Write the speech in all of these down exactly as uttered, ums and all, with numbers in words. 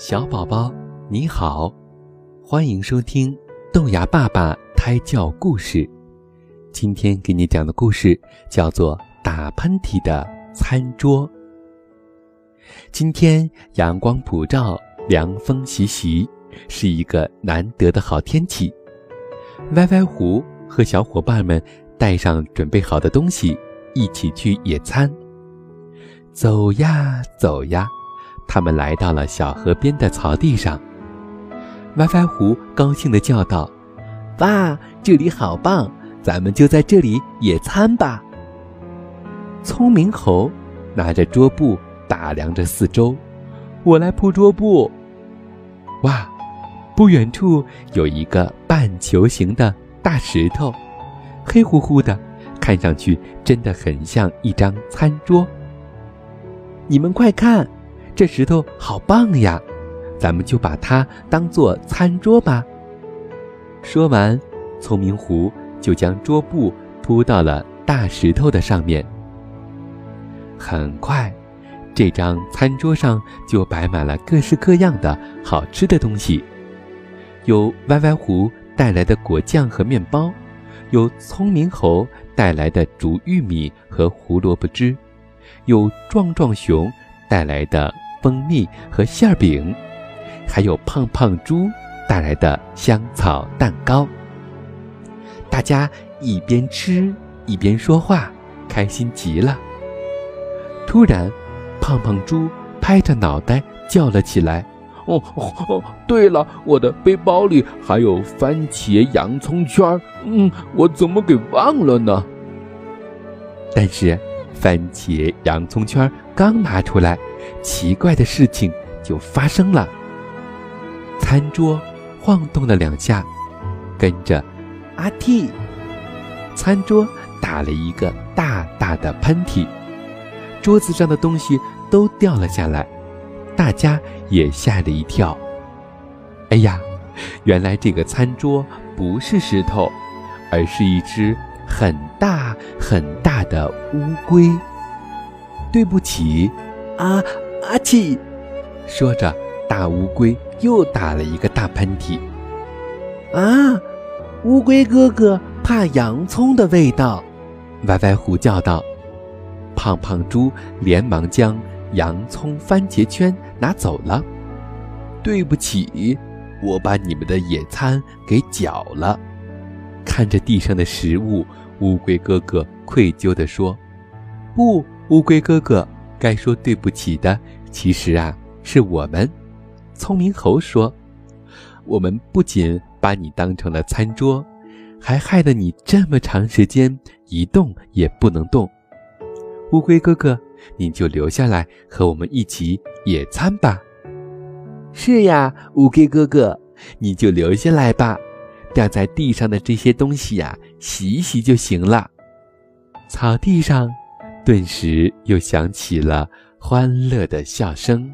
小宝宝你好，欢迎收听豆芽爸爸胎教故事。今天给你讲的故事叫做打喷嚏的餐桌。今天阳光普照，凉风习习，是一个难得的好天气。歪歪狐和小伙伴们带上准备好的东西，一起去野餐。走呀走呀，他们来到了小河边的草地上。歪歪狐高兴地叫道：哇，这里好棒，咱们就在这里野餐吧。聪明猴拿着桌布打量着四周，我来铺桌布。哇，不远处有一个半球形的大石头，黑乎乎的，看上去真的很像一张餐桌。你们快看，这石头好棒呀，咱们就把它当作餐桌吧。说完，聪明狐就将桌布铺到了大石头的上面。很快，这张餐桌上就摆满了各式各样的好吃的东西，有歪歪狐带来的果酱和面包，有聪明猴带来的煮玉米和胡萝卜汁，有壮壮熊带来的蜂蜜和馅饼，还有胖胖猪带来的香草蛋糕。大家一边吃一边说话，开心极了。突然，胖胖猪拍着脑袋叫了起来：哦哦哦，对了，我的背包里还有番茄洋葱圈，嗯，我怎么给忘了呢？但是番茄洋葱圈刚拿出来，奇怪的事情就发生了。餐桌晃动了两下，跟着阿嚏，餐桌打了一个大大的喷嚏，桌子上的东西都掉了下来，大家也吓了一跳。哎呀，原来这个餐桌不是石头，而是一只很大很大的乌龟。对不起，啊阿嚏！说着，大乌龟又打了一个大喷嚏。啊，乌龟哥哥怕洋葱的味道，歪歪狐叫道。胖胖猪连忙将洋葱番茄圈拿走了。对不起，我把你们的野餐给搅了。看着地上的食物，乌龟哥哥愧疚地说：不，乌龟哥哥，该说对不起的其实啊是我们。聪明猴说：我们不仅把你当成了餐桌，还害得你这么长时间一动也不能动。乌龟哥哥，你就留下来和我们一起野餐吧。是呀，乌龟哥哥，你就留下来吧，掉在地上的这些东西呀、啊，洗一洗就行了。草地上顿时又响起了欢乐的笑声。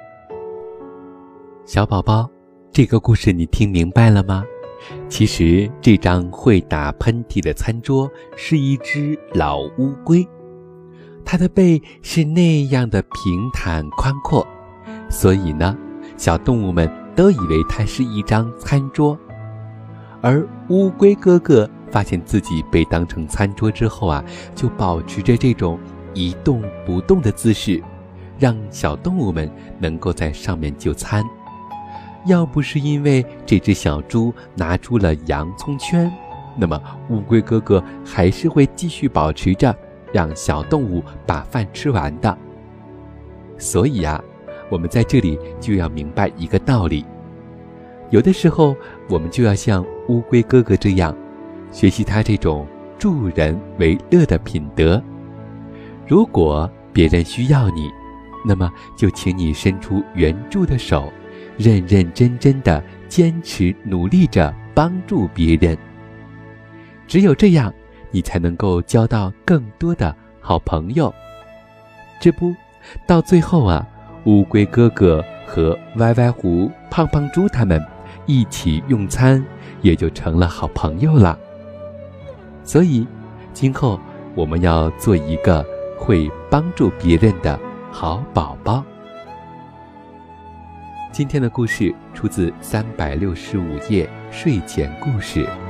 小宝宝，这个故事你听明白了吗？其实这张会打喷嚏的餐桌是一只老乌龟，它的背是那样的平坦宽阔，所以呢，小动物们都以为它是一张餐桌。而乌龟哥哥发现自己被当成餐桌之后啊，就保持着这种一动不动的姿势，让小动物们能够在上面就餐。要不是因为这只小猪拿出了洋葱圈，那么乌龟哥哥还是会继续保持着让小动物把饭吃完的。所以啊，我们在这里就要明白一个道理，有的时候我们就要像乌龟哥哥这样，学习他这种助人为乐的品德。如果别人需要你，那么就请你伸出援助的手，认认真真的坚持努力着帮助别人。只有这样，你才能够交到更多的好朋友。这不，到最后啊，乌龟哥哥和歪歪狐、胖胖猪他们一起用餐，也就成了好朋友了。所以，今后我们要做一个会帮助别人的好宝宝。 今天的故事出自三百六十五页睡前故事。